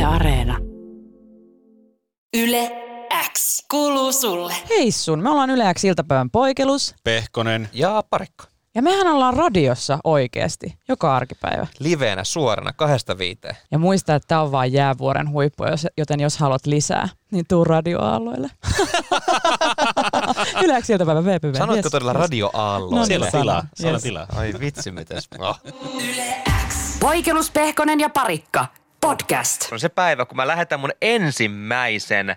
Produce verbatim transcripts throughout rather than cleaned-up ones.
Yle Areena. Yle X kuuluu sulle. Hei sun, me ollaan Yle X iltapäivän poikelus. Pehkonen. Ja Parikko. Ja mehän ollaan radiossa oikeasti, joka arkipäivä. Liveenä suorana kahdesta viiteen. Ja muista, että tää on vaan jäävuoren huippu, joten jos haluat lisää, niin tuu radioaalloille. Yle X iltapäivän V P V. Sanoitko yes, todella yes. radioaalloille? No, Siellä niin, tilaa. Siellä yes. tilaa. Ai vitsi, mitäs. Oh. Yle X. Poikelus, Pehkonen ja Parikka. Podcast. On se päivä, kun mä lähetän mun ensimmäisen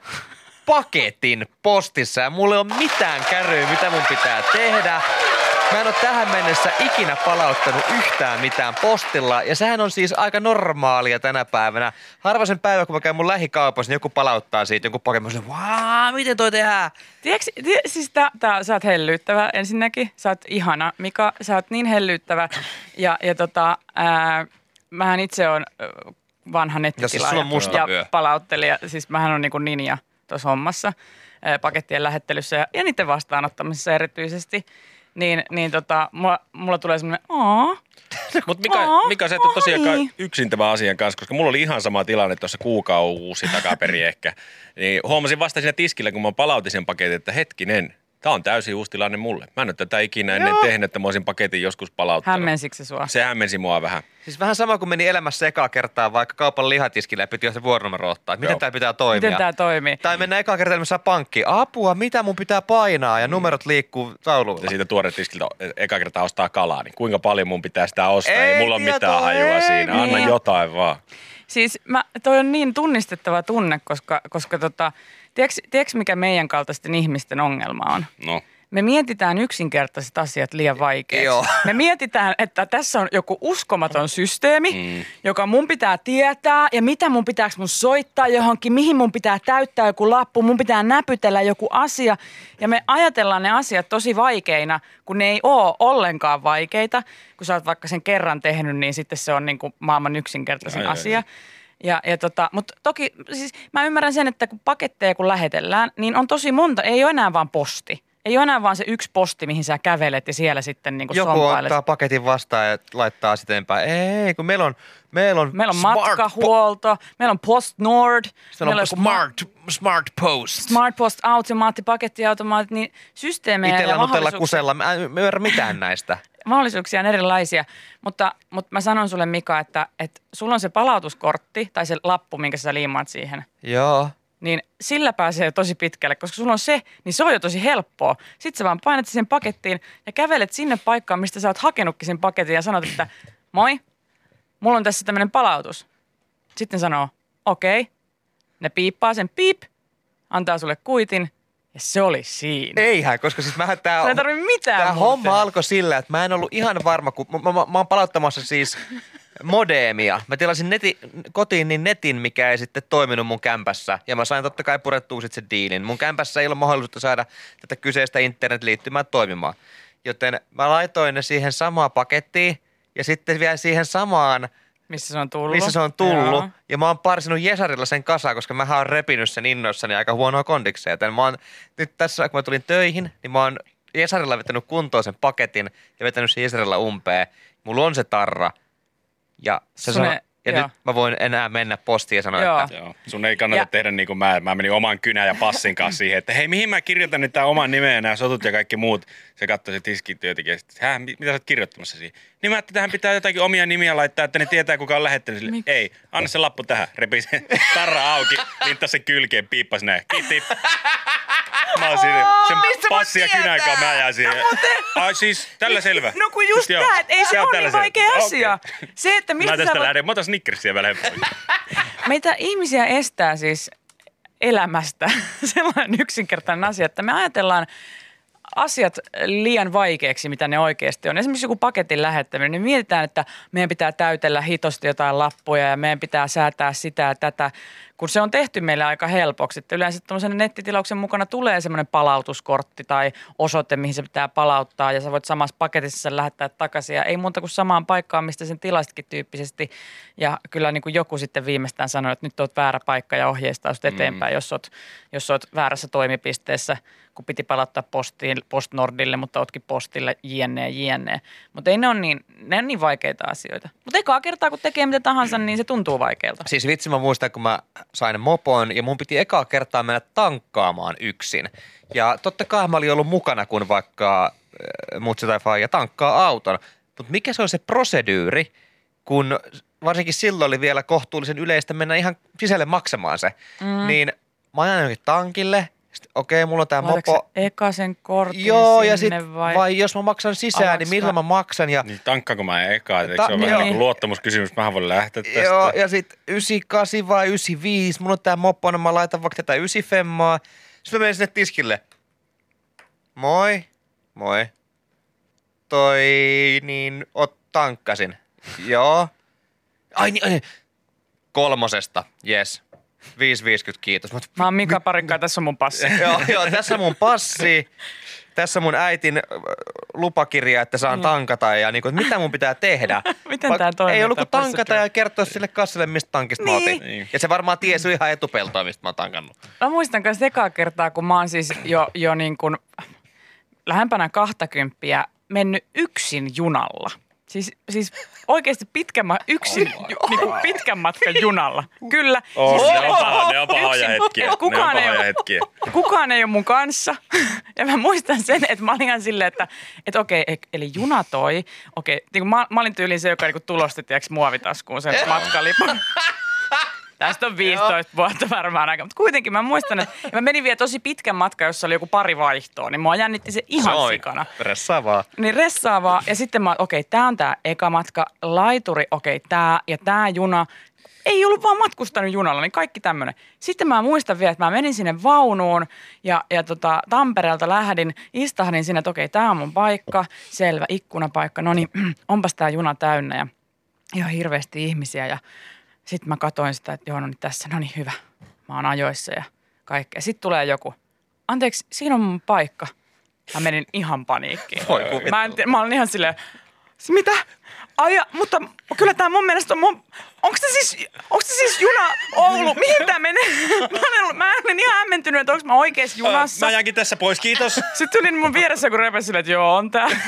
paketin postissa ja mulla ei ole mitään kärryä, mitä mun pitää tehdä. Mä en ole tähän mennessä ikinä palauttanut yhtään mitään postilla ja sehän on siis aika normaalia tänä päivänä. Harva sen päivä, kun mä käyn mun lähikaupassa, niin joku palauttaa siitä jonkun paketin. Mä sanoin, vaa, miten toi tehdään? Tiedätkö, tie, siis tää, tää, sä oot hellyttävä ensinnäkin. Sä oot ihana, Mika. Sä oot niin hellyttävä. Ja, ja tota, ää, mähän itse on vanha nettitilaaja sulla on musta ja vyö. palauttelija. Siis mähän on niin kuin ninja tuossa hommassa, ää, pakettien lähettelyssä ja, ja niiden vastaanottamisessa erityisesti. Niin, niin tota, mulla, mulla tulee semmoinen, aah. Mutta Mika, Aa, Mika, sä et ole tosiaankaan niin. yksin tämän asian kanssa, koska mulla oli ihan sama tilanne tuossa kuukausi takaperin ehkä. Niin huomasin vasta siinä tiskillä, kun mä palautin sen paketin, että hetkinen, tää on täysin uusi tilanne mulle. Mä en ole tätä ikinä ennen Joo. tehnyt, että mä olisin paketin joskus palauttanut. Hämmensikö se sua? Se hämmensi mua vähän. Siis vähän sama kuin meni elämässä ekaa kertaa vaikka kaupan lihatiskille ja piti jo se vuoronumero ottaa. Että miten Joo. tää pitää toimia? Miten tää toimii? Tai mennään ekaa kertaa elämässä pankkiin. Apua, mitä mun pitää painaa ja numerot liikkuu taululla. Ja siitä tuoretiskiltä eka kertaa ostaa kalaa, niin kuinka paljon mun pitää sitä ostaa? Ei, Ei mulla ole mitään tietoa, hajua ei siinä. Anna niin. jotain vaan. Siis mä, toi on niin tunnistettava tunne, koska, koska tota, tiedätkö, tiedätkö mikä meidän kaltaisten ihmisten ongelma on? No. Me mietitään yksinkertaiset asiat liian vaikeiksi. Joo. Me mietitään, että tässä on joku uskomaton systeemi, mm. joka mun pitää tietää ja mitä mun pitääkö mun soittaa johonkin, mihin mun pitää täyttää joku lappu, mun pitää näpytellä joku asia. Ja me ajatellaan ne asiat tosi vaikeina, kun ne ei ole ollenkaan vaikeita. Kun sä oot vaikka sen kerran tehnyt, niin sitten se on niin kuin maailman yksinkertaisin Ai, ai, asia. ai. Ja, ja tota, mutta toki siis mä ymmärrän sen, että kun paketteja kun lähetellään, niin on tosi monta, ei ole enää vaan posti. Ei ole enää vaan se yksi posti, mihin sä kävelet ja siellä sitten niin kuin Joku sompailet. ottaa paketin vastaan ja laittaa sitten eteenpäin. Ei, kun meillä on, meillä on, Meillä on smart matkahuolto, po- meillä on Post Nord, meillä on joku smart, smart post. Smart Post automaatti, pakettiautomaatti, niin systeemejä Itellä ja Nutella mahdollisuuksia, kusella. Mä en ymmärrä mitään näistä. mahdollisuuksia on erilaisia. Mutta, mutta mä sanon sulle Mika, että, että sulla on se palautuskortti tai se lappu, minkä sä liimaat siihen. Joo. Niin sillä pääsee tosi pitkälle, koska sulla on se, niin se on jo tosi helppoa. Sitten sä vaan painat sen pakettiin ja kävelet sinne paikkaan, mistä sä oot hakenutkin sen paketin ja sanot, että moi, mulla on tässä tämmöinen palautus. Sitten sanoo, okei, okay. Ne piippaa sen piip, antaa sulle kuitin ja se oli siinä. Eihän, koska siis mähän tää... Sulla ei tarvitse mitään Tämä muuta. homma alkoi sillä, että mä en ollut ihan varma, kun mä, mä, mä oon palauttamassa siis modeemia. Mä tilasin neti, kotiin niin netin, mikä ei sitten toiminut mun kämpässä. Ja mä sain totta kai purettua sitten sen diilin. Mun kämpässä ei ole mahdollisuutta saada tätä kyseistä internetliittymää toimimaan. Joten mä laitoin ne siihen samaan pakettiin ja sitten vielä siihen samaan, Missä se on tullut. missä se on tullut. Joo. Ja mä oon parsinut Jesarilla sen kasaan, koska mä oon repinyt sen innoissani aika huonoa kondikseen. Joten mä oon nyt tässä, kun mä tulin töihin, niin mä oon Jesarilla vetänyt kuntoon sen paketin ja vetänyt sen Jesarilla umpeen. Mulla on se tarra. Ja, se Sun sano, ei- ja joo. nyt mä voin enää mennä postiin ja sanoa, Joo. että Joo. Sun ei kannata Ja- tehdä niin kuin mä. Mä menin oman kynän ja passin kanssa siihen, että hei, mihin mä kirjoitan nyt tämän oman nimen ja nämä sotut ja kaikki muut. Se katsoi se tiskityöntekijä, että hä, mitä sä oot kirjoittamassa siihen? Niin mä, että tähän pitää jotakin omia nimiä laittaa, että ne tietää, kuka on lähettänyt sille. Miksi? Ei, anna se lappu tähän. Repi se tarra auki, linttasi sen kylkeen, piippas näin. Kiitti. Mä oon siinä, sen passi ja kynän kanssa mä jään siihen. Ai siis, tällä selvä. No kun just Joo. tää, että ei se on ole tällä niin selvä. vaikea Okei. asia. Se, että Mä mistä sä tästä voit... lähden, mä otan Snickersia vähän pois. Meitä ihmisiä estää siis elämästä sellainen yksinkertainen asia, että me ajatellaan asiat liian vaikeaksi, mitä ne oikeasti on. Esimerkiksi joku paketin lähettäminen, niin mietitään, että meidän pitää täytellä hitosti jotain lappuja ja meidän pitää säätää sitä ja tätä, kun se on tehty meille aika helpoksi. Että yleensä tuollaisen nettitilauksen mukana tulee semmoinen palautuskortti tai osoite, mihin se pitää palauttaa ja sä voit samassa paketissa sen lähettää takaisin ja ei muuta kuin samaan paikkaan, mistä sen tilasitkin tyyppisesti. Ja kyllä niin kuin joku sitten viimeistään sanoi, että nyt oot väärä paikka ja ohjeistaa sut eteenpäin, mm. jos, oot, jos oot väärässä toimipisteessä. kun piti palauttaa postiin, postnordille, mutta otkin postille jne, jne. Mutta ei ne ole niin, ne on niin vaikeita asioita. Mutta ekaa kertaa, kun tekee mitä tahansa, niin se tuntuu vaikealta. Siis vitsi mä muistan, kun mä sain mopon ja mun piti ekaa kertaa mennä tankkaamaan yksin. Ja totta kai mä olin ollut mukana, kun vaikka äh, mutsi tai faija tankkaa auton. Mutta mikä se on se prosedyyri, kun varsinkin silloin oli vielä kohtuullisen yleistä mennä ihan sisälle maksamaan se. Mm. Niin mä ajan johonkin tankille, okei, okay, mulla on tää Laitatko mopo. eka sen kortin Joo, sinne ja sit, vai? vai jos mä maksan sisään, Alatko niin millä mä- mä maksan? Ja, Niin tankkaanko mä ekaa, eikö Ta- se on vähän niin. niin kuin luottamuskysymys, mähän voin lähteä tästä. joo, ja sit yhdeksänkymmentäkahdeksan vai yhdeksänkymmentäviisi, mulla on tää mopo, niin mä laitan vaikka tätä yhdeksänkymmentä. Sitten mä menen sinne tiskille. Moi, moi. Toi, niin, ot tankkasin. Joo. Ai niin, ai, kolmosesta, yes. viisi viisikymmentä, kiitos. Mä, Mä oon Mika Parikka, tässä on mun passi. joo, joo, tässä on mun passi. Tässä mun äitin äh, lupakirja, että saan tankata ja niinku, että mitä mun pitää tehdä. Miten Vaikka tää toimii, ei ollut tää kuin tankata procedure? ja kertoa sille kassalle, mistä tankista mä Niin. otin. Niin. Ja se varmaan tiesi ihan etupeltoa, mistä mä oon tankannut. Mä muistan myös ekaa kertaa, kun mä oon siis jo, jo niin kuin lähempänä kahtakymppiä mennyt yksin junalla. Siis, siis oikeasti pitkän, ma- yksin, ju, niin kuin pitkän matkan junalla. Kyllä. On, Siis ne on, paha, ne on pahoja yksin. hetkiä. Et kukaan ne on ei pahoja ole- hetkiä. Kukaan ei ole mun kanssa. Ja mä muistan sen, että mä olin ihan silleen, että, että okei, e- eli juna toi. Okei, niin kuin mä, mä olin tyyliin se, joka niin kuin tulosti, tiedätkö, muovitaskuun sen matkalipun. Tästä on viisitoista vuotta varmaan aika, mutta kuitenkin mä muistan, että ja mä menin vielä tosi pitkän matkan, jossa oli joku pari vaihtoa, niin mua jännitti se ihan sikana. Ressaavaa. Niin ressaavaa. Ja sitten mä, okei, okay, tää on tää eka matka, laituri, okei, okay, tää ja tää juna. Ei ollut vaan matkustanut junalla, niin kaikki tämmönen. Sitten mä muistan vielä, että mä menin sinne vaunuun ja, ja tota, Tampereelta lähdin, istahdin sinne, että okei, okay, tää on mun paikka, selvä, ikkunapaikka. No niin, onpas tää juna täynnä ja ihan hirveästi ihmisiä ja sitten mä katsoin sitä, että joo, no niin tässä, no niin hyvä. Mä oon ajoissa ja kaikkea. Sitten tulee joku, anteeksi, siinä on mun paikka. Mä menin ihan paniikkiin. Voi kuvitella. Mä, en, tii- mä olin ihan silleen, mitä? Ai, ja, mutta kyllä tää mun mielestä on mun, onks se siis, onks se siis juna Oulu? Mihin tää menee? Mä olin, mä olin ihan hämmentynyt, että onks mä oikeesti junassa. Mä jäänkin tässä pois, kiitos. Sitten tuli mun vieressä, kun repesi silleen, että joo, on tää.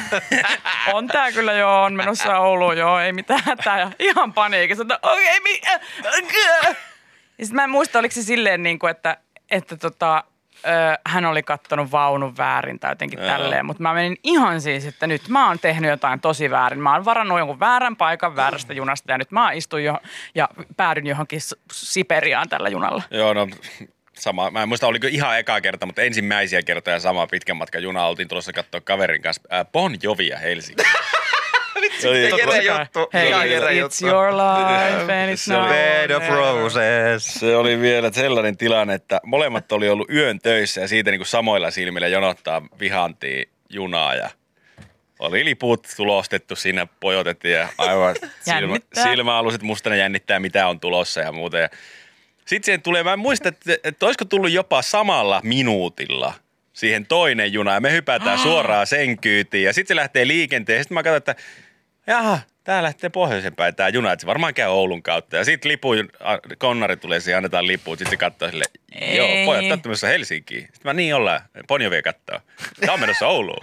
On tää kyllä, joo, on menossa Ouluun, joo, ei mitään hätää. Ja ihan paniikissa, että okei, okay, mi- ja sitten mä en muista, oliko se silleen, niin kuin, että, että tota, ö, hän oli kattonut vaunun väärin tai jotenkin Joo. tälleen. Mutta mä menin ihan siis, että nyt mä oon tehnyt jotain tosi väärin. Mä oon varannut jonkun väärän paikan väärästä junasta ja nyt mä istuin jo ja päädyin johonkin S- Siperiaan tällä junalla. Joo, no sama. Mä en muista, oliko ihan eka kerta, mutta ensimmäisiä kertoja sama pitkän matkan juna. Oltiin tulossa katsoa kaverin kanssa äh, Bon Jovia Helsinki. Vitsi, mitä jere juttu. Hei, Ihan jere it's juttu. your life and it's Se oli not Bed of over. roses. Se oli vielä sellainen tilanne, että molemmat oli ollut yön töissä ja siitä niin kuin samoilla silmillä jonottaa vihantiin junaa ja oli liput tulostettu, siinä pojotettiin ja aivan silmä, Jännittää. silmäaluset mustana jännittää, mitä on tulossa ja muuta. Ja sitten siihen tulee, mä en muista, että, että olisiko tullut jopa samalla minuutilla siihen toinen juna ja me hypätään suoraan sen kyytiin ja sitten se lähtee liikenteen. Sitten mä katson, että jaha, tää lähtee pohjoisen päin tää juna, että se varmaan käy Oulun kautta. Ja sitten lipu, konnari tulee siihen, annetaan lippuun. Sitten se katsoo silleen, joo, Ei. pojat, te olette menossa Helsinkiin. Sitten mä niin ollaan, Bonjovia kattoo. Tää on menossa Ouluun.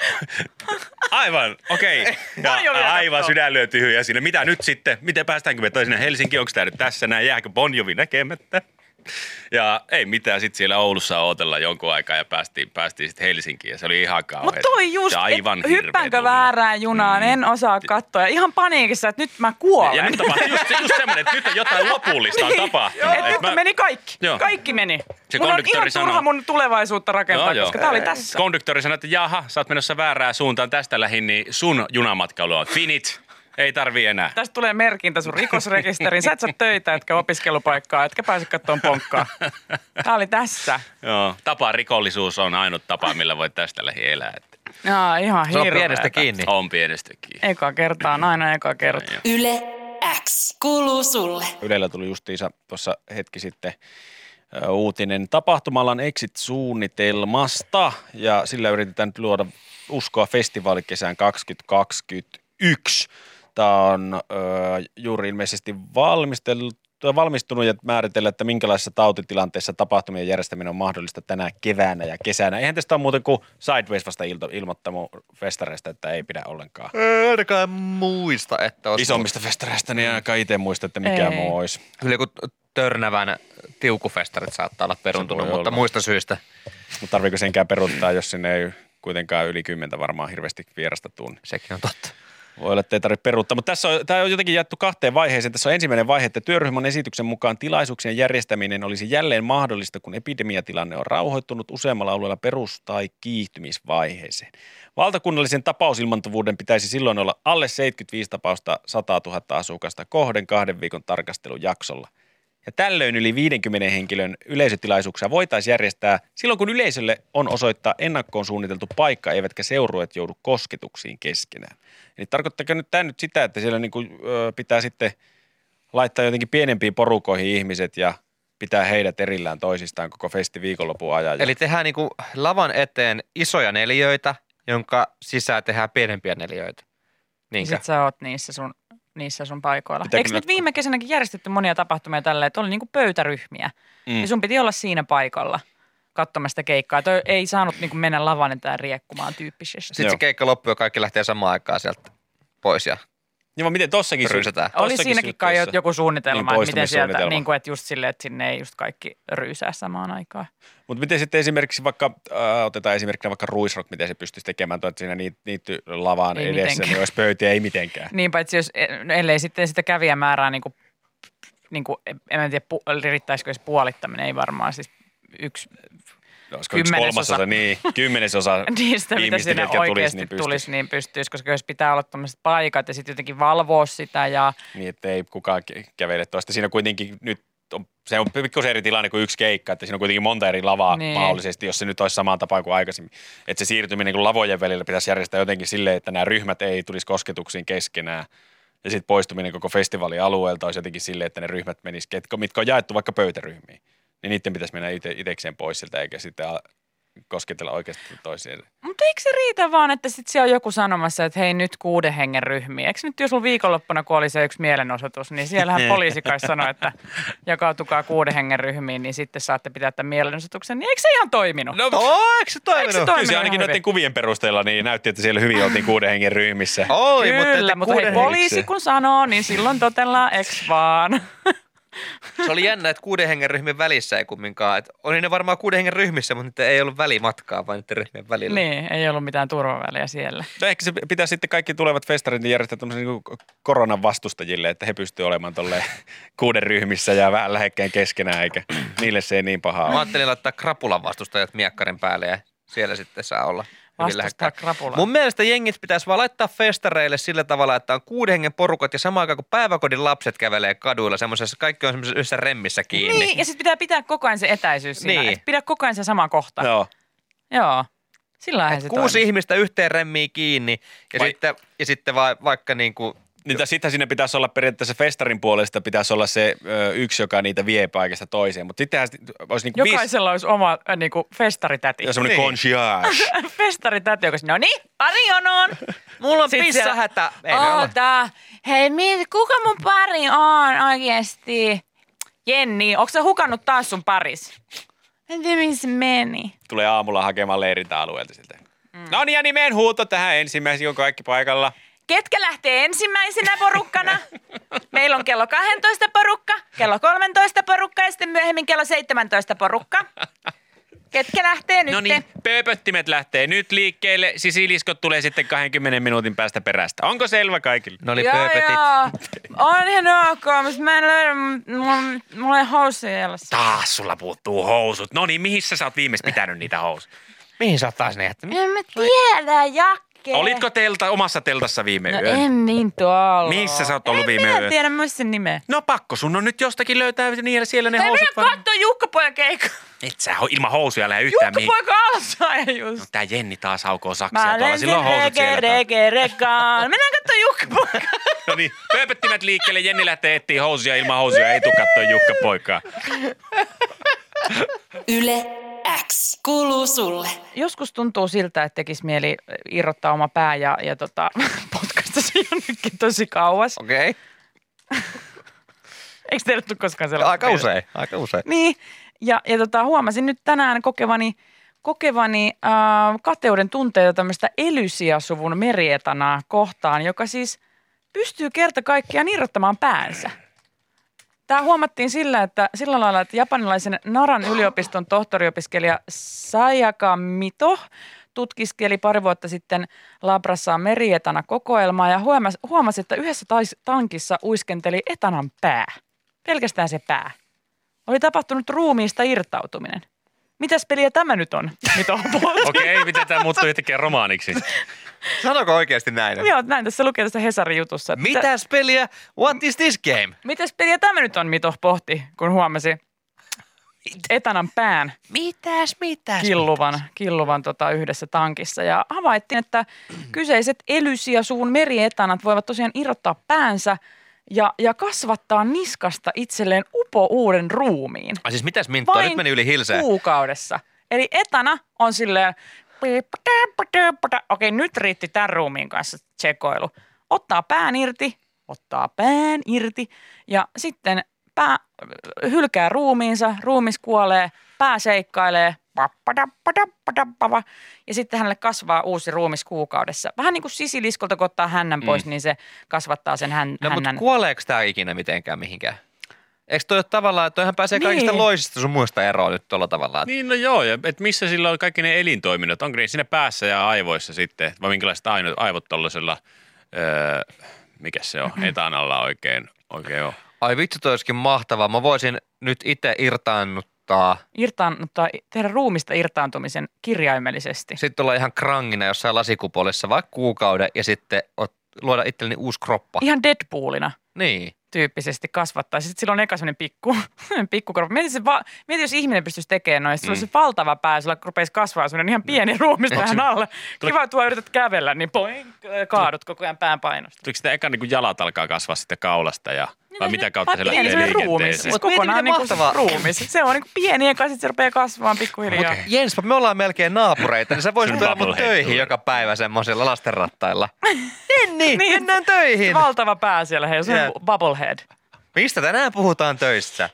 Aivan, okei. Okay. Bonjovia Ja aivan kattoo. sydän lyö tyhjää siinä. Mitä nyt sitten? Miten päästäänkö me sinne Helsinkiin? Onko tää nyt tässä näin? Jääkö Bonjovi näkemättä? Ja ei mitään, sitten siellä Oulussa odotella jonkun aikaa ja päästiin, päästiin sitten Helsinkiin ja se oli ihan kauheaa. Mutta toi just, Ja aivan et, hirveä hyppäänkö tunne. väärään junaan, Mm. en osaa katsoa. Ja ihan paniikissa, että nyt mä kuolen. Ja nyt tapahtui just, just semmoinen, että nyt on jotain lopullista on tapahtunut. Et Et nyt mä- meni kaikki. Joo. Kaikki meni. Se Mun on konduktööri ihan turha sanoo- mun tulevaisuutta rakentaa, koska tää oli tässä. Konduktööri sanoi, että jaha, sä oot menossa väärään suuntaan tästä lähin, niin sun junamatkailu on finit. Ei tarvii enää. Tästä tulee merkintä sun rikosrekisteriin. Sä et saa töitä, etkä opiskelupaikkaa, etkä pääse kattoon ponkkaa. Tää oli tässä. Joo, tapa rikollisuus on ainut tapa, millä voit tästä lähi elää. Että Jaa, ihan Se on hirveetä. pienestä kiinni. on pienestäkin. Eka kertaa, on aina eka kerta. Yle X kuuluu sulle. Ylellä tuli justiinsa tuossa hetki sitten ö, uutinen tapahtumalan exit-suunnitelmasta ja sillä yritetään nyt luoda uskoa festivaalikesään kaksituhattakaksikymmentäyksi. Tämä on ö, juuri ilmeisesti valmisteltu, valmistunut ja määritellä, että minkälaisessa tautitilanteessa tapahtumien järjestäminen on mahdollista tänä keväänä ja kesänä. Eihän tästä ole muuten kuin Sideways vasta ilto, ilmoittanut festareista, että ei pidä ollenkaan. Ei ainakaan muista, että olisi. Isommista festareista, niin ainakaan itse muista, että mikä Ei. muu olisi. Kyllä kun Törnävän tiukufestarit saattaa olla peruntunut, mutta olla. muista syistä. Mutta tarviiko senkään peruttaa, jos sinne ei kuitenkaan yli kymmentä varmaan hirveästi vierasta tunne. Sekin on totta. Voi olla, että ei tarvitse peruuttaa, mutta tässä on, tämä on jotenkin jaettu kahteen vaiheeseen. Tässä on ensimmäinen vaihe, että työryhmän esityksen mukaan tilaisuuksien järjestäminen olisi jälleen mahdollista, kun epidemiatilanne on rauhoittunut useammalla alueella perus- tai kiihtymisvaiheeseen. Valtakunnallisen tapausilmantuvuuden pitäisi silloin olla alle seitsemänkymmentäviisi tapausta sata tuhatta asukasta kohden kahden viikon tarkastelujaksolla. Ja tällöin yli viidenkymmenen henkilön yleisötilaisuuksia voitaisiin järjestää silloin, kun yleisölle on osoittaa ennakkoon suunniteltu paikka, eivätkä seurueet joudu kosketuksiin keskenään. Eli tarkoittaako nyt tämä nyt sitä, että siellä niin kuin, ö, pitää sitten laittaa jotenkin pienempiin porukoihin ihmiset ja pitää heidät erillään toisistaan koko festi viikonlopun ajan? Eli tehdään niinku lavan eteen isoja neliöitä, jonka sisään tehdään pienempiä neliöitä. Niinkö? Sitten sä oot niissä sun, niissä sun paikoilla. Pitääkö Eikö ne- nyt viime kesänäkin järjestetty monia tapahtumia tälleen, että oli niinku pöytäryhmiä. Mm. Ja sun piti olla siinä paikalla katsomassa sitä keikkaa. Toi ei saanut niinku mennä lavan eteen riekkumaan tyyppisesti. Sitten Joo. se keikka loppuu ja kaikki lähtee samaan aikaan sieltä pois ja Niin, vaan miten tossakin, Ryysätään. Oli tossakin siinäkin kai syytteessä- joku suunnitelma, Niin, että miten sieltä, poistumissuunnitelma. niin kuin, että just silleen, että sinne ei just kaikki ryysää samaan aikaan. Mutta miten sitten esimerkiksi vaikka, äh, otetaan esimerkkinä vaikka Ruisrock, miten se pystyisi tekemään, tuo, että siinä niit, niitty lavaan Ei edessä, mitenkään. niin olisi pöytiä, ei mitenkään. Niin paitsi jos, ellei sitten sitä kävijämäärää, niin kuin, niin kuin, en mä tiedä, pu- riittäisikö se puolittaminen, ei varmaan siis yksi No, olisiko yksi kymmenesosa. kolmasosa, niin kymmenesosa niistä, mitä ihmistä, sinne ketkä oikeasti tulisi, niin tulisi, pystyisi. niin pystyisi, koska jos pitää olla tämmöiset paikat ja sitten jotenkin valvoa sitä ja Niin, että ei kukaan ke- kävele toista. Siinä kuitenkin nyt on, se on pikkusen eri tilanne kuin yksi keikka, että siinä on kuitenkin monta eri lavaa Niin. niin. mahdollisesti, jos se nyt olisi samaan tapaan kuin aikaisemmin. Että se siirtyminen kun lavojen välillä pitäisi järjestää jotenkin silleen, että nämä ryhmät ei tulisi kosketuksiin keskenään. Ja sitten poistuminen koko festivaalin alueelta olisi jotenkin silleen, että ne ryhmät menisivät, mitkä on jaettu vaikka pöytäryhmiin. Niin niiden pitäisi mennä ite, itekseen pois siltä, eikä sitten a- kosketella oikeasti toisiaan. mutta eikö se riitä vaan, että sitten siellä on joku sanomassa, että hei nyt kuuden hengen ryhmiä. Eikö nyt jos sulla viikonloppuna, kun oli se yksi mielenosoitus, niin siellähän poliisi kai sanoi, että jakautukaa kuuden hengen ryhmiin, niin sitten saatte pitää tämän mielenosoituksen. Niin eikö se ihan toiminut? No, Oh, eikö se toiminut? Eikö se kyllä toiminut se ainakin ihan noiden hyvin? kuvien perusteella niin näytti, että siellä hyvin oltiin kuuden hengen ryhmissä. Oli, Kyllä, mutta, mutta hei, kuuden poliisi kun sanoo, niin silloin totellaan, eks vaan? Se oli jännä, että kuuden hengen ryhmien välissä ei kumminkaan. Että oli ne varmaan kuuden hengen ryhmissä, mutta niitä ei ollut välimatkaa vaan niiden ryhmien välillä. Niin, ei ollut mitään turvaväliä siellä. No ehkä se pitää sitten kaikki tulevat festarit niin järjestää tämmöisen niin koronan vastustajille, että he pystyvät olemaan tolleen kuuden ryhmissä ja vähän lähekkäin keskenään, eikä niille se ei niin pahaa Mä ole. ajattelin laittaa krapulan vastustajat miekkarin päälle ja siellä sitten saa olla hyvin Vastustaa lähekkäin. krapulaa. Mun mielestä jengit pitäisi vaan laittaa festareille sillä tavalla, että on kuuden hengen porukat ja samaan aikaan kun päiväkodin lapset kävelee kaduilla semmoisessa, kaikki on semmoisessa yhdessä remmissä kiinni. Niin, ja sitten pitää pitää koko ajan se etäisyys siinä. Niin. Et pidä koko ajan se sama kohta. Joo. Joo. Sillä Et se kuusi toimii. ihmistä yhteen remmiin kiinni ja Vai- sitten, ja sitten va, vaikka niin kuin, Niin, sittenhän siinä pitäisi olla periaatteessa festarin puolesta pitäisi olla se ö, yksi, joka niitä vie paikasta toiseen, mutta sittenhän sit olisi niin kuin Jokaisella olisi oma äh, niinku festaritäti. viisi, semmoinen Niin. concierge. Festaritäti, joka no niin, pari jonoon. mulla on Sit siellä- pissahätä. Ei me olla. Oota, hei, mi- kuka mun pari on oikeesti? Jenni, onko sä hukannut taas sun paris? En tiedä, mihin se meni. Tulee aamulla hakemaan leirintäalueelta siltä. Mm. No niin, ja nimen huuto tähän ensimmäisenä, on kaikki paikalla. Ketkä lähtee ensimmäisenä porukkana? Meillä on kello kaksitoista porukka, kello kolmetoista porukka ja sitten myöhemmin kello seitsemäntoista porukka. Ketkä lähtee nyt? No niin, pööpöttimet lähtee nyt liikkeelle. Sisiliskot tulee sitten kahdenkymmenen minuutin päästä perästä. Onko selvä kaikille? Ne oli Joo, pööpötit. joo. On ihan ok, mutta mä en löydä, mulla, mulla ei housuja jalassa. Taas sulla puuttuu housut. No niin, mihin sä oot viimeis pitänyt niitä housuja? Mihin sä oot taas ne jättänyt? En mä tiedä, Jakke. Olitko telta, omassa teltassa viime No yön? en niin tuolla. Missä sä oot ollut en viime minä yön? tiedä myös sen nimeä. No pakko, sun on nyt jostakin löytää niillä siellä ne Tai housut. minä katsoa Jukka-pojan keikko. Et sä ho- ilman housuja lähde yhtään mihin. Jukka-poika alsaaja just. No tää Jenni taas haukoo saksia Mä tuolla. olen Silloin sen housut reke, siellä. taas. reke, rekaan. Mennään katsoa Jukka-poika. No niin, pööpöttimet liikkeelle. Jenni lähtee etsiä housuja ilman housuja. Ei tuu kattoo Jukka-poikaa. Yle X kuuluu sulle. Joskus tuntuu siltä, että tekisi mieli irrottaa oma pää ja, ja tota, potkaista se jonnekin tosi kauas. Okei. Okay. Eikö teille tule koskaan sellaista? Aika usein, aika usein. Niin, ja, ja tota, huomasin nyt tänään kokevani, kokevani äh, kateuden tunteita tämmöistä Elysia-suvun merietanaa kohtaan, joka siis pystyy kerta kaikkiaan irrottamaan päänsä. Tämä huomattiin sillä, että, sillä lailla, että japanilaisen Naran yliopiston tohtoriopiskelija Sayaka Mito tutkiskeli pari vuotta sitten labrassaan merietana kokoelmaa ja huomasi, huomasi, että yhdessä tais, tankissa uiskenteli etanan pää. Pelkästään se pää. Oli tapahtunut ruumiista irtautuminen. Mitäs peliä tämä nyt on, Mito? Okei, okay, miten tämä muuttuu yhtäkkiä romaaniksi? Sanoiko oikeasti näin? Joo, näin tässä lukee tässä Hesarin jutussa. Että Mitäs peliä? What is this game? Mitäs peliä tämä nyt on, Mito pohti, kun huomasi etanan pään Mitäs, mitäs? killuvan, killuvan tota yhdessä tankissa. Ja havaittiin, että kyseiset Elysia-suvun merietanat voivat tosiaan irrottaa päänsä ja, ja kasvattaa niskasta itselleen upo uuden ruumiin. Ah, siis mitäs Minttoa? Nyt meni yli hilseen. kuukaudessa. Eli etana on silleen, okei nyt riitti tämän ruumiin kanssa tsekoilu. Ottaa pään irti, ottaa pään irti ja sitten pää hylkää ruumiinsa, ruumis kuolee, pää seikkailee, ja sitten hänelle kasvaa uusi ruumis kuukaudessa. Vähän niin kuin sisiliskolta, kun ottaa hännän pois, mm. niin se kasvattaa sen hän, no, hännän. mutta kuoleeko tämä ikinä mitenkään mihinkään? Eikö toi ole tavallaan, että toihan pääsee niin. kaikista loisista sun muista eroon nyt tuolla tavallaan? Niin, no joo, ja et missä sillä on kaikki ne elintoiminnot? Onko ne siinä päässä ja aivoissa sitten? Vai minkälaiset aivot tollasella, öö, mikä se on, etanalla oikein, oikein on? Ai vitsi, toi olisikin mahtavaa. Mä voisin nyt itse irtaannuttaa. Irtaannuttaa, tehdä ruumista irtaantumisen kirjaimellisesti. Sitten olla ihan krangina jossain lasikupolissa vaikka kuukauden ja sitten ot, luoda itselleni uusi kroppa. Ihan Deadpoolina. Niin. Tyyppisesti kasvattaa. Sitten sillä on eka sellainen pikku, pikkukroppa. Mieti, se va- mieti, jos ihminen pystyisi tekemään noin. Sitten mm. se valtava pää, sulla rupeisi kasvaa sellainen ihan pieni mm. ruumis tähän alle. Kiva, että tuo yrität kävellä, niin poing, kaadut koko ajan pään painosta. Tuliko sitä eka niin kuin jalat alkaa kasvaa sitten kaulasta ja vai mitä kautta se lähtee liikenteeseen? Ruumis, siis kokonaan niin kuin ruumis. Se on niin kuin pieni eka, sitten se rupeaa kasvamaan pikkuhiljaa. Okay. Jens, me ollaan melkein naapureita, niin sä voisit tulla mun töihin joka päivä semmoisilla lastenrattailla. niin, niin, niin, mennään töihin. Valtava pää siellä, hei, se on yeah. bubblehead. Mistä tänään puhutaan töissä?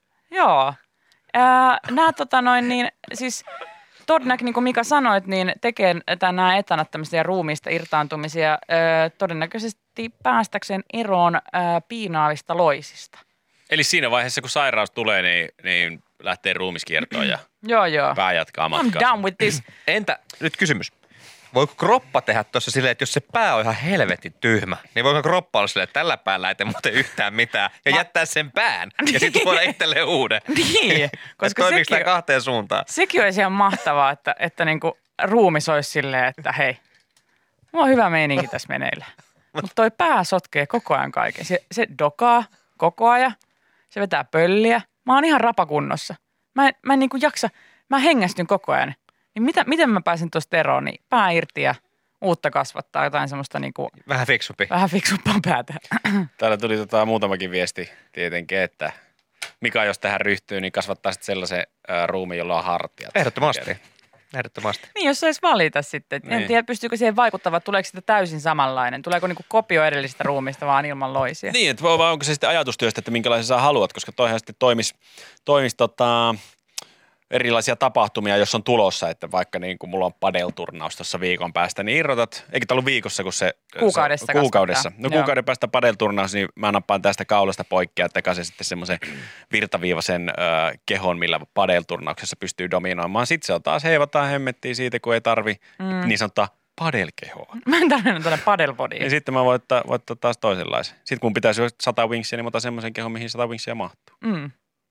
Joo. Äh, nämä tota noin niin, siis todennäköisesti, niin kuin Mika sanoit, niin tekee nämä etanat tämmöisiä ruumiista irtaantumisia äh, todennäköisesti päästäkseen eroon äh, piinaavista loisista. Eli siinä vaiheessa, kun sairaus tulee, niin, niin lähtee ruumiskiertoon ja joo, joo. pää jatkaa matkaa. I'm down with this. Entä, nyt kysymys. Voiko kroppa tehdä tuossa silleen, että jos se pää on ihan helvetin tyhmä, niin voiko kroppa olla silleen, että tällä päällä ei tee muuten yhtään mitään ja Mä... jättää sen pään ja sitten tuoda itselleen uuden? Niin, koska toimiiko sekin, tämä kahteen suuntaan? Sekin olisi ihan mahtavaa, että, että niinku ruumis olisi silleen, että hei, mulla on hyvä meininki tässä meneillä. Mutta toi pää sotkee koko ajan kaiken. Se, se dokaa koko ajan, se vetää pölliä. Mä oon ihan rapakunnossa. Mä en, mä en niinku jaksa, mä hengästyn koko ajan. Niin mitä, miten mä pääsen tuosta eroon, niin pää irti ja uutta kasvattaa jotain semmoista niinku... Vähän fiksumpi. Vähän fiksumpaa päätä. Täällä tuli tota muutamakin viesti tietenkin, että Mika jos tähän ryhtyy, niin kasvattaa sitten sellaisen ää, ruumiin, jolla on hartiat. Ehdottomasti. Ehdottomasti. Niin, jos saisi valita sitten. En niin. tiedä, pystyykö siihen vaikuttamaan, tuleeko sitä täysin samanlainen. Tuleeko niinku kopio edellisestä ruumista vaan ilman loisia? Niin, että vai onko se sitten ajatustyöstä, että minkälaisen sä haluat, koska toihan sitten toimisi, toimisi tota... erilaisia tapahtumia, jos on tulossa, että vaikka niin kuin mulla on padelturnaus tuossa viikon päästä, niin irrotat, eikä tämä ollut viikossa, kun se... Kuukaudessa se, Kuukaudessa. No Joo. kuukauden päästä padelturnaus, niin mä nappaan tästä kaulasta poikki ja takaisin sitten semmoisen virtaviivaisen äh, kehon, millä padelturnauksessa pystyy dominoimaan. Sitten se on taas heivataan hemmettiin siitä, kun ei tarvi mm. niin sanottua padelkehoa. Mä en tarvinnut tuonne padelbodiin. Ja sitten mä voin ottaa, voin ottaa taas toisenlaisen. Sitten kun pitäisi sata wingsia, niin mä otan semmoisen kehon, mihin sata wingsia mahtuu. Mm.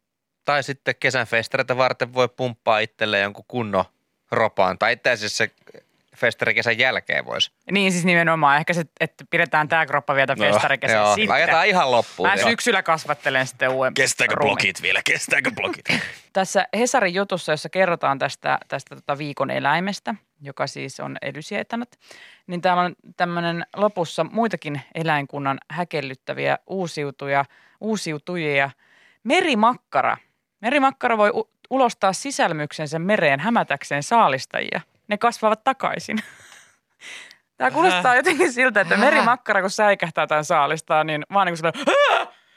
Tai sitten kesän festareita varten voi pumppaa itselleen jonkun kunnon ropaan. Tai itse asiassa se festarikesän jälkeen voisi. Niin siis nimenomaan. Ehkä se, että pidetään tämä kroppa vietä no, festarikesän joo, sitten. ajetaan ihan loppuun. Mä syksyllä kasvattelen sitten uuden Kestääkö ruumiin. blogit vielä? Kestääkö blogit? Tässä Hesarin jutussa, jossa kerrotaan tästä, tästä tota viikon eläimestä, joka siis on Elysia-etanat, niin täällä on tämmöinen lopussa muitakin eläinkunnan häkellyttäviä uusiutuja, uusiutujia. Merimakkara. Merimakkara voi u- ulostaa sisälmyksensä mereen hämätäkseen saalistajia. Ne kasvavat takaisin. Tämä kuulostaa jotenkin siltä, että merimakkara kun säikähtää tämän saalistaa, niin vaan niin kuin sellainen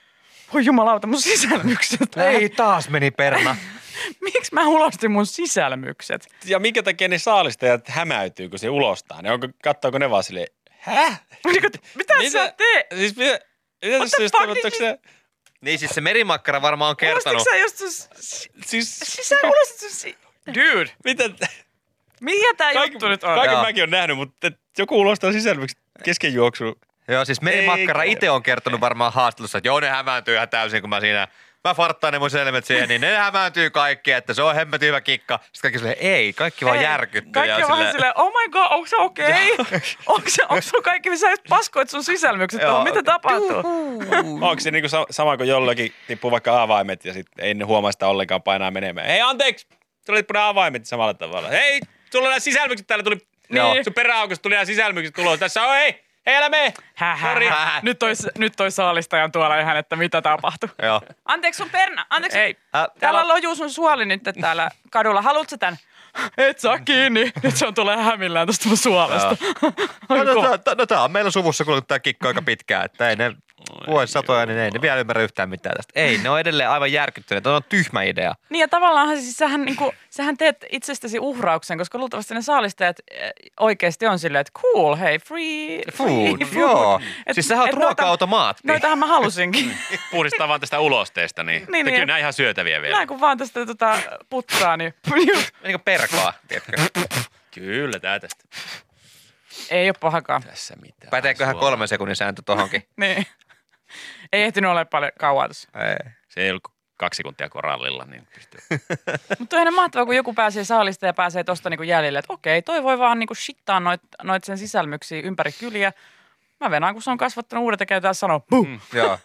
Voi jumalauta, mun sisälmykset. Ei, taas meni perna. Miksi mä ulostin mun sisälmykset? Ja minkä takia ne saalistajat hämäytyy, kun se ulostaa? Ne onko, katsoako ne vaan silleen, häh? Mitä sä teet? Siis mitä, mitä tässä just fuck? tapahtuu, se... Niin siis se merimakkara varmaan on kertonut. Ulostitko sä just sun... Siis... Siis sä ulostit sun... Si- Dude. Mitä... Mikä tää Kaikki, juttu nyt on? kaiken Joo. mäkin on nähnyt, mutta joku ulostaa sisälmykset kesken juoksuun. Joo, siis merimakkara Eikä. itse on kertonut varmaan haastattelussa, että joo, ne hämääntyy ihan täysin, kun mä siinä... Mä farttaan ne mun selmet siihen, niin ne hämääntyy kaikki, että se on hemmetin hyvä kikka. Sitten kaikki silleen, ei, kaikki vaan Ei, järkyttyy. Kaikki on vähän silleen, oh my god, onko se okei? Okay? onko se, onko sulla kaikki, sä just paskoit sun sisälmykset tuohon, mitä tapahtuu? Onko se niinku sa- sama kuin jollakin tippuu vaikka avaimet ja sitten ei ne huomaa sitä ollenkaan painaa menemään. Hei anteeksi, sulla tippunut avaimet samalla tavalla. Hei, sulla on nämä sisälmykset täällä tuli. Niin. Sun peräaukosta tuli nämä sisälmykset tulos. Tässä on, hei, hei älä mene. Häh, häh, Sori. häh. Nyt toi, nyt toi saalistaja on tuolla ihan, että mitä tapahtui. Joo. Anteeksi sun perna, anteeksi. Ei. Äh, Täällä on lojuu sun suoli nyt täällä kadulla. Haluatko sä tän? Et saa kiinni. Nyt se on tulee hämillään tosta mun suolesta. No, no, no, no tää on meillä suvussa kulunut tää kikka aika pitkään, että ei ne vuosisatoja, niin ei ne vielä ymmärrä yhtään mitään tästä. Ei, ne on edelleen aivan järkyttyneet, se on tyhmä idea. Niin ja tavallaan siis sähän, niinku, sähän teet itsestäsi uhrauksen, koska luultavasti ne saalistajat eh, oikeasti on silleen, että cool, hei, free, free Food, food. joo. Et- Siis sähän oot et noita- ruoka-automaatti. Noitahan mä halusinkin. Puhdistaa vaan tästä ulosteesta, niin, Niin, niin niin. kyllä nämä ihan syötäviä vielä. Näin kun vaan tästä tota, putsaa, niin Niin kuin perkaa, tiedätkö? Kyllä, tää tästä. ei ole pahakaan. Tässä mitään. Päteeköhän Suolaa. kolmen sekunnin sääntö tohonkin? Niin. Ei ehtinyt ole paljon kauaa tuossa. Ei. Se ei ollut kuin kaksi sekuntia korallilla, niin pystyy. Mutta on ihan mahtavaa, kun joku pääsee saalista ja pääsee tosta niinku jäljelle, että okei, toi voi vaan niinku shittaa noit, noit sen sisälmyksiä ympäri kyliä. Mä venaan, kun se on kasvattanut uudet ja käytään sanoa, buh! Mm. Joo.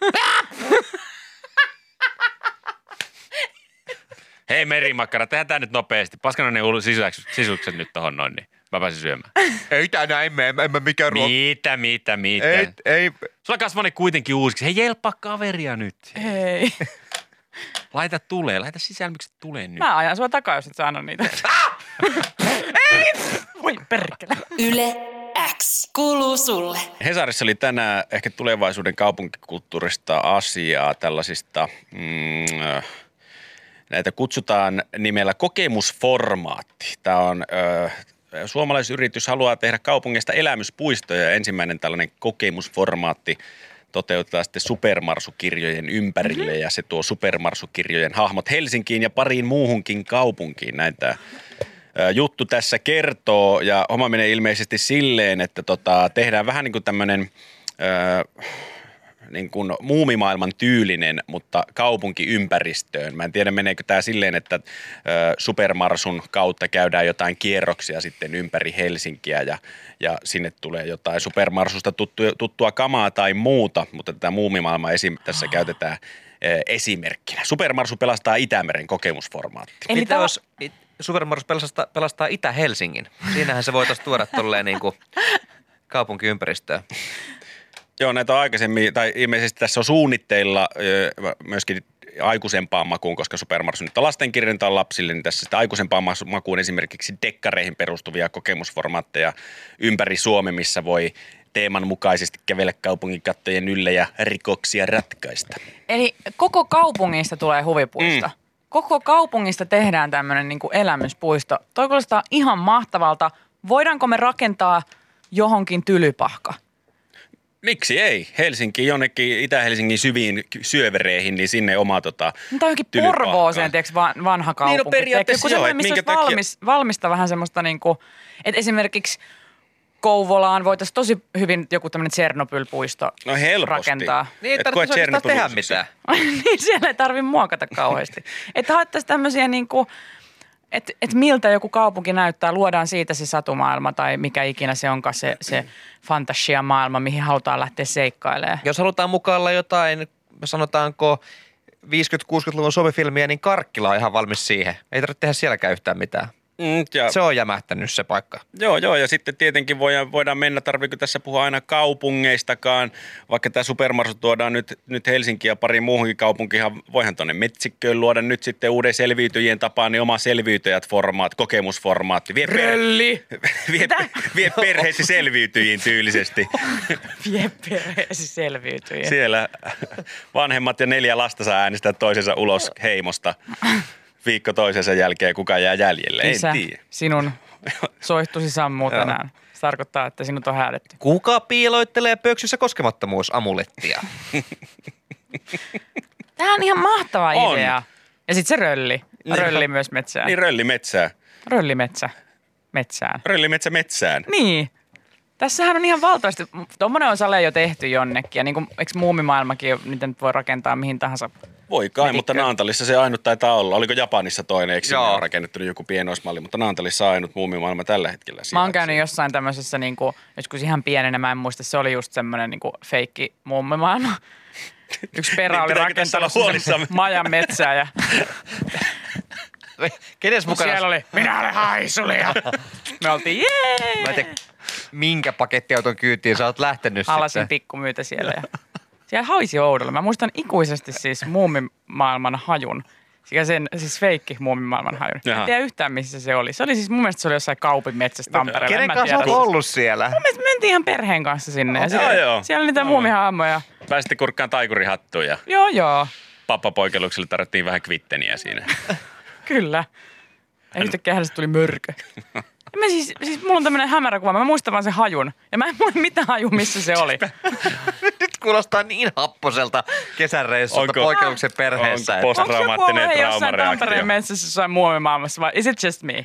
Hei merimakkara, tehdään tää nyt nopeasti. Paskana ne sisälmykset, sisälmykset nyt tohon noin, niin mä pääsin syömään. Ei tänään, en mä, en mä mikään ruoka. Mitä, mitä, mitä? Ei, ei. Sulla kasvaa ne kuitenkin uusiksi. Hei, jelppaa kaveria nyt. Ei. Laita tulee, laita sisälmykset tulee nyt. Mä ajan sua takaa, jos et sä anna niitä. Ei! Voi perkele. Yle X kuuluu sulle. Hesarissa oli tänään ehkä tulevaisuuden kaupunkikulttuurista asiaa tällaisista, mm, äh, näitä kutsutaan nimellä kokemusformaatti. Tämä on, äh, suomalaisyritys haluaa tehdä kaupungista elämyspuistoja ja ensimmäinen tällainen kokemusformaatti toteutetaan sitten supermarsukirjojen ympärille ja se tuo supermarsukirjojen hahmot Helsinkiin ja pariin muuhunkin kaupunkiin. Näin tämä juttu tässä kertoo ja homma menee ilmeisesti silleen, että tota, tehdään vähän niin kuin tämmöinen äh, niin kuin muumimaailman tyylinen, mutta kaupunkiympäristöön. Mä en tiedä, meneekö tämä silleen, että ö, Supermarsun kautta käydään jotain kierroksia sitten ympäri Helsinkiä ja, ja sinne tulee jotain Supermarsusta tuttua, tuttua kamaa tai muuta, mutta tätä muumimaailmaa esim, tässä käytetään ö, esimerkkinä. Supermarsu pelastaa Itämeren kokemusformaatti. Eli Mitä tava- jos Supermarsus pelastaa, pelastaa Itä-Helsingin? Siinähän se voitaisiin tuoda tolleen niin kuin kaupunkiympäristöön. Joo, näitä on aikaisemmin, tai ilmeisesti tässä on suunnitteilla ö, myöskin aikuisempaan makuun, koska Supermarsu nyt on lastenkirjan tai lapsille, niin tässä sitten aikuisempaan makuun esimerkiksi dekkareihin perustuvia kokemusformaatteja ympäri Suomen, missä voi teeman mukaisesti kävellä kaupungin kattojen ylle ja rikoksia ratkaista. Eli koko kaupungista tulee huvipuisto. Mm. Koko kaupungista tehdään tämmöinen niin kuin elämyspuisto. Toi kuulostaa ihan mahtavalta. Voidaanko me rakentaa johonkin Tylypahka? Miksi ei? Helsinki jonnekin Itä-Helsingin syviin syövereihin, niin sinne oma tota, Tai johonkin Tylypahkaan. Porvooseen, tiedätkö, van, vanha kaupunki. Niin, no periaatteessa Tiedätkö, joo, semmoinen, et missä minkä olisi takia- valmis, valmista vähän semmoista niin kuin, että esimerkiksi Kouvolaan voitaisiin tosi hyvin joku tämmöinen Tsernobyl-puisto No helposti. rakentaa. Niin ei Et tarvitse koe oikeastaan tehdä Tšernobyliksi. mitään. niin siellä ei tarvitse muokata kauheasti. Että haettaisiin tämmöisiä niin kuin, että et miltä joku kaupunki näyttää, luodaan siitä se satumaailma tai mikä ikinä se onkaan se, se fantasiamaailma, mihin halutaan lähteä seikkailemaan. Jos halutaan mukailla jotain, sanotaanko viisikymmentä-kuusikymmentäluvun somefilmiä, niin Karkkila on ihan valmis siihen. Ei tarvitse tehdä sielläkään yhtään mitään. Mm, ja, Se on jämähtänyt se paikka. joo, joo, ja sitten tietenkin voidaan, voidaan mennä, tarviiko tässä puhua aina kaupungeistakaan, vaikka tämä Supermarsu tuodaan nyt, nyt Helsinkiin ja pari muuhunkin kaupunkiin, voihan tuonne Metsikköön luoda nyt sitten uuden selviytyjien tapaan niin oma selviytyjät-formaat, kokemusformaatti. Vie, per, Rölli! vie, vie perheesi selviytyjiin tyylisesti. Vie perheesi selviytyjiin. Siellä vanhemmat ja neljä lasta saa äänestää toisensa ulos heimosta. Viikko toisensa jälkeen kuka jää jäljelle, Isä, en tiedä. sinun soihtusi sammuu tänään. Se tarkoittaa, että sinut on häädetty. Kuka piiloittelee pöksyssä koskemattomuusamulettia? Tämä on ihan mahtava On. idea. Ja sitten se rölli. Rölli myös metsään. Niin rölli metsää. Röllimetsä metsään. Rölli metsä metsään. Niin. Tässähän on ihan valtavasti. Tuommoinen on sale jo tehty jonnekin. Ja niin kuin, eikö muumimaailmakin, niitä nyt voi rakentaa mihin tahansa. Voi kai, Menikö? mutta Naantalissa se ainut taitaa olla. Oliko Japanissa toinen, eikö Joo. sinne on rakennettu joku pienoismalli, mutta Naantalissa ainut muumimaailma tällä hetkellä. Mä oon käynyt jossain tämmöisessä, niin kuin, joskus ihan pienenä, mä en muista, se oli just semmoinen niin kuin feikki muumimaailma. Yksi perä Niin, oli pitääkö tässä olla rakentanut huolissamme? sen majan metsää ja Kenes mukana? siellä oli, minä olen haisuli ja me oltiin jee! Mä en tiedä, minkä pakettiauton kyytiin sä oot lähtenyt Alasin sitten. pikkumyytä siellä ja siellä haisi oudolla. Mä muistan ikuisesti siis muumimaailman hajun. Ja sen siis feikki muumimaailman hajun. Mä Jaha. en tiedä yhtään missä se oli. Se oli siis mun mielestä se oli jossain kaupin metsässä Tampereella. En Kenen mä kanssa tiedä. oot ollut siellä? Me mentiin ihan perheen kanssa sinne. Ja Joo, siellä, joo. siellä oli niitä muumihahmoja. Pääsitte kurkkaan taikurihattuun ja Joo, joo. pappapoikelukselle tarvittiin vähän kvitteniä siinä. Kyllä. Ja yhtäkkiä hänestä tuli mörkö. Ja mä siis, siis mulla on tämmönen hämärä kuva. Mä muistan vaan sen hajun. Ja mä en muista mitään haju, missä se oli. Nyt kuulostaa niin happoselta kesäreissulta Onko- poikkeuksen perheessä. onko post- Onko joku Traumaattinen ollut hei, jossain traumareaktio. Tampereen metsässä jossain muovimaailmassa vai is it just me?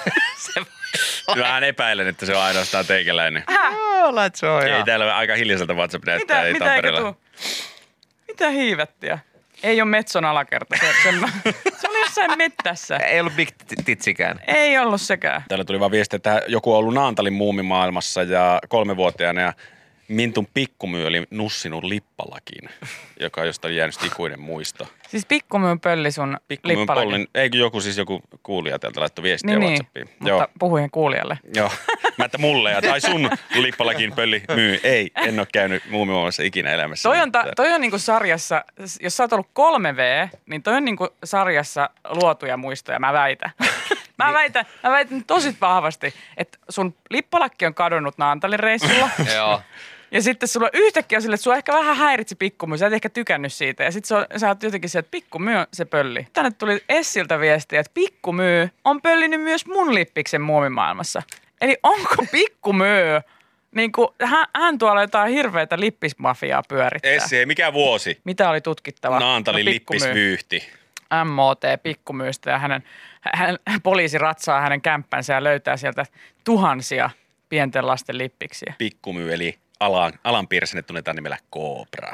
Vähän epäilen, että se on ainoastaan teikäläinen. Joo, lait se on, Ei joo. täällä aika hiljaiselta WhatsApp näyttää, Mitä, ei mitä eikö Tampereella. tuu? Mitä hiivettiä? Ei ole Metson alakerta. Se, se, se oli jossain mettässä. Ei ollut Big Titsikään. Ei ollut sekään. Täällä tuli vaan viesti, että joku on ollut Naantalin muumimaailmassa ja kolmevuotiaana ja Mintun pikkumyy oli nussinut lippalakin, joka on jostain jäänyt ikuinen muisto. Siis pikkumyyn pölli sun Pikkumyyn lippalakin. pollin, eikö joku siis joku kuulija täältä laittoi viestiä Niin, niin, WhatsAppiin. mutta Joo. puhuin kuulijalle. Joo. Mä että mulle ja tai sun lippalakin pölli myy. Ei, en ole käynyt muumimaailmassa ikinä elämässä. Toi on, ta, toi on niinku sarjassa, jos sä oot ollut kolme V, niin toi on niinku sarjassa luotuja muistoja, mä väitän. Mä väitän, mä väitän tosi vahvasti, että sun lippalakki on kadonnut Naantalin reissulla. Joo. Ja sitten sulla yhtäkkiä on sille, että sua ehkä vähän häiritsi pikkumyy. Sä et ehkä tykännyt siitä. Ja sitten sä oot jotenkin se, että pikkumyy on se pölli. Tänne tuli Essiltä viestiä, että pikkumyy on pöllinyt myös mun lippiksen muovimaailmassa. Eli onko pikkumyy, niin kuin, hän, hän tuolla jotain hirveätä lippismafiaa pyörittää. Essi, ei mikä vuosi. Mitä oli tutkittava? Naantalin No, pikkumyy. lippisvyyhti. M O T pikkumyystä ja hänen, hän, poliisi ratsaa hänen kämppänsä ja löytää sieltä tuhansia pienten lasten lippiksiä. Pikkumyy eli alan, alan piirissä ne tunnetaan nimellä Cobra.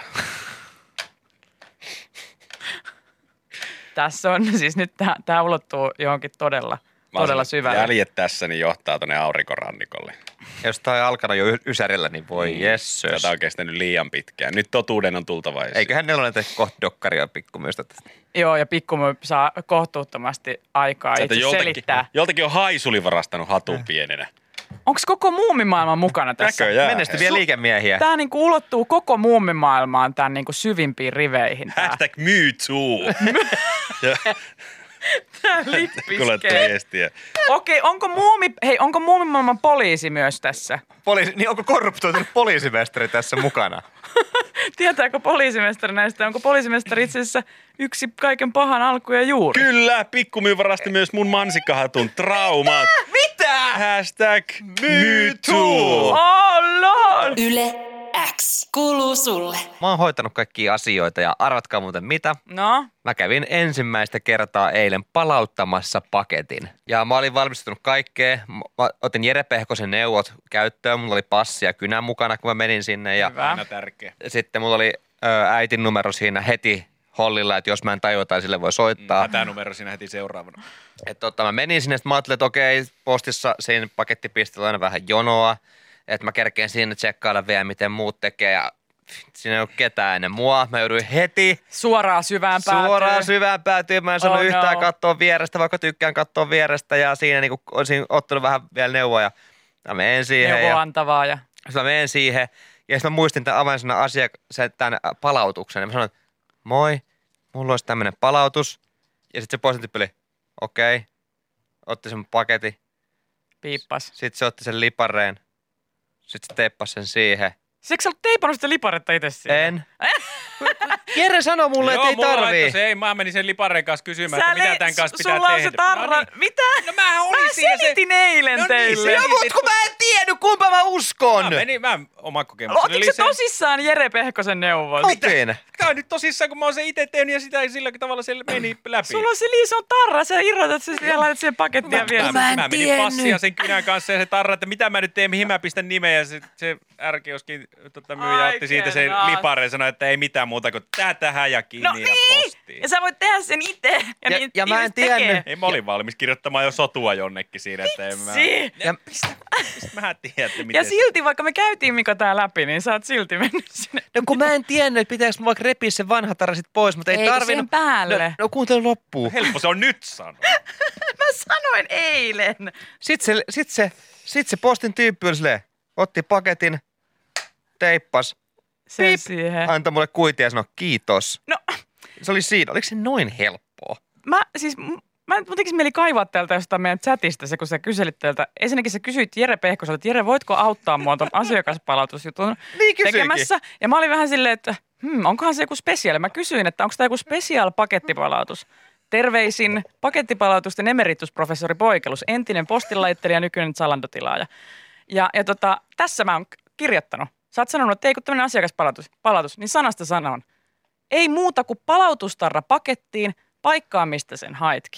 Tässä on, siis nyt tämä ulottuu johonkin todella, todella syvälle. Jäljet tässä niin johtaa tuonne aurinkorannikolle. Jos tää on alkanut jo y- Ysärillä, niin voi mm. jessus. Tätä on kestänyt liian pitkään. Nyt totuuden on tultava esiin. Eiköhän nelonen tee kohta dokkaria pikkumyystä tästä. Joo, ja pikkumyy saa kohtuuttomasti aikaa Sieltä itse joltakin, selittää. joltakin on haisuli varastanut hatun pienenä. Onko koko muumimaailma mukana tässä? Näköjään. Menestyviä liikemiehiä. Tämä niinku ulottuu koko muumimaailmaan tämän niinku syvimpiin riveihin. Tää, Hashtag me too. tää Kuulette lippiske. viestiä. Okei, onko muumi, hei, onko muumimaailman poliisi myös tässä? Poliisi, niin onko korruptoitunut poliisimestari tässä mukana? Tietääkö poliisimestari näistä? Onko poliisimestari itse asiassa yksi kaiken pahan alku ja juuri? Kyllä, pikkumyy varasti myös mun mansikkahatun traumat. Mitä? Hashtag me too. Oh lord! Yle X kuuluu sulle. Mä oon hoitanut kaikkia asioita ja arvatkaa muuten mitä. No, Mä kävin ensimmäistä kertaa eilen palauttamassa paketin. Ja mä olin valmistunut kaikkea. Mä otin Jere Pehkosen neuvot käyttöön. Mulla oli passi ja kynä mukana, kun mä menin sinne. Ja hyvä. Aina tärkeä. sitten mulla oli ö, äitin numero siinä heti hollilla, että jos mä en tajua jotain, sille voi soittaa. Hätänumero siinä heti seuraavana. Että tota, mä menin sinne, että mä ajattelin, että okei, postissa siinä pakettipisteellä on aina vähän jonoa. Että mä kerkeen sinne tsekkailla vielä, miten muut tekee. Ja siinä ei ole ketään ennen mua. Mä jouduin heti Suoraan syvään päätyyn. suoraan syvään päätyyn. Mä en sanonut Oh no. yhtään katsoa vierestä, vaikka tykkään katsoa vierestä. Ja siinä niinku olisin ottanut vähän vielä neuvoja. Mä menen siihen. Neuvoa Ja antavaa ja... sitten mä menen siihen. Ja sitten mä muistin tämän avainsana asia, tämän palautuksen. Ja mä sanoin, moi, mulla olisi tämmönen palautus. Ja sitten se posityyppi oli, okei. Okay. Otti sen paketin. Piippas. Sitten se otti sen lipareen. Sitten se teippasi sen siihen. Siksi sä olet teipannut sitä liparetta itse siihen? En. Jere sanoi mulle, että Joo, ei mulla tarvii. laittoi se, ei, mä menin sen lipareen kanssa kysymään, Sä että mitä le- tämän kanssa su- pitää sulla tehdä. on se tarra... No niin. Mitä? No mähän olin Mä siinä se- selitin eilen No niin, teille. se- No mut kun mä en tiennyt, kumpa mä uskon. Mä menin, mä oma kokemus. Otitko se tosissaan Jere Pehkosen neuvon? Otin. Tää on nyt tosissaan, kun mä oon sen itse tehnyt ja sitä ei sillä tavalla se meni läpi. Sulla on se liison tarra, sä irrotat sen ja laitat sen pakettiin ja vielä. mä, mä menin passia sen kynän kanssa ja se tarra, että mitä mä nyt teen, mihin mä pistän nimeä. Ja se, se ärkioskin tota, myyjä otti siitä sen Oikein lipareen ja sanoi, että ei mitään muuta kuin tää tähän ja kiinni No ja niin! postiin. Ja sä voit tehdä sen itse. Ja, Ja- niin ja mä en ihmiset tiennyt. tekee. Ei, mä olin valmis kirjoittamaan jo sotua jonnekin siinä, että en mä... Si. Ja- Mistä, mistä mä tiedän, että Ja miten... silti, vaikka me käytiin Mika tää läpi, niin sä oot silti mennyt sinne. No kun mä en tiennyt, että pitääkö mä vaikka repiä sen vanha tarra sit pois, mutta ei Eikö tarvinnut. siihen päälle? No, no kuuntele loppuun. Helppo se on nyt sanoa. Mä sanoin eilen. Sitten se, sit se, sit se postin tyyppi oli silleen, otti paketin, teippas, Sen Piip. siihen. antoi mulle kuitia ja sanoi kiitos. No, Se oli siinä. Oliko se noin helppoa? mä siis... m- Mä mun tekisi mieli kaivaa täältä jostain meidän chatista se, kun sä kyselit täältä. Ensinnäkin sä kysyit Jere Pehkoselta, että Jere, voitko auttaa mua ton asiakaspalautusjutun Niin kysyikin. tekemässä? Ja mä olin vähän silleen, että hmm, onkohan se joku spesiaali. Mä kysyin, että onko tämä joku spesiaal pakettipalautus. Terveisin pakettipalautusten emeritusprofessori Poikelus, entinen postinlaittelija ja nykyinen Zalando-tilaaja. Ja, ja tota, tässä mä oon kirjoittanut. Sä oot sanonut, että ei kun tämmöinen asiakaspalautus, palautus, niin sanasta sanon. Ei muuta kuin palautustarra pakettiin, paikkaa mistä sen haitkin.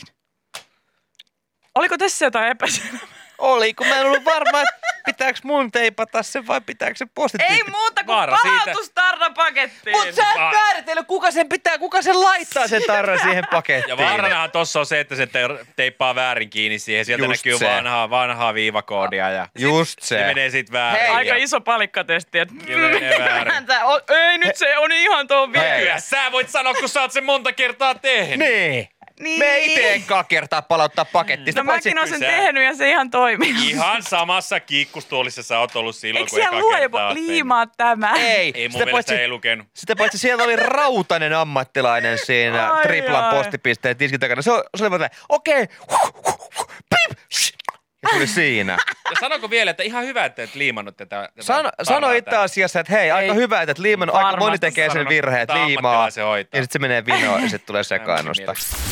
Oliko tässä jotain epäselvää? Oli, kun mä en ollut varma, että pitääkö mun teipata se vai pitääkö se postityyppi. Ei muuta kuin Vaara siitä. palautustarra pakettiin. Mut sä et Va- määritellä, kuka sen pitää, kuka sen laittaa sen tarran siihen pakettiin. Ja vaaranahan tossa on se, että se te- teippaa väärin kiinni siihen. Sieltä Just näkyy se. vanhaa, vanhaa viivakoodia ja Just se se. menee sit väärin. Hei. Aika ja- iso palikkatesti, että Ja menee väärin. Tää on- ei nyt se on ihan tuo Hei. Kyllä sä voit sanoa, kun sä oot sen monta kertaa tehnyt. Niin. Niin. Me ei itse enkä kertaa palauttaa pakettista. No mäkin oon sen sä- tehnyt ja se ihan toimii. Ihan samassa kiikkustuolissa sä oot ollut silloin, Eikö kun siellä eka luo kertaa joku oot tehnyt. liimaa tämä? Ei. Ei mun Sitä mielestä paitsi, ei lukenut. sitä paitsi siellä oli rautainen ammattilainen siinä Ai, triplan ai. postipisteen tiskin takana. Se, o- se oli vaan okei. Pip. Ja se oli siinä. Ja sanoko vielä, että ihan hyvä, että et liimannut tätä. tätä Sano, tarraa sano itse tähän. asiassa, että hei, aika Ei. hyvä, että liiman, aika moni Varmasti tekee sen sanonut. virheen, että Tämä liimaa. ammattilaisen hoitaa. Ja sitten se menee vinoon ja sitten tulee sekaannusta.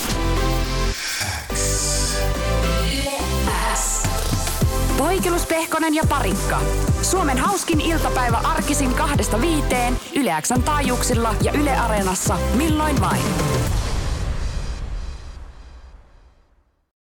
Poikelus, Pehkonen ja Parikka. Suomen hauskin iltapäivä arkisin kahdesta viiteen Yle X:n taajuuksilla ja Yle Areenassa milloin vain.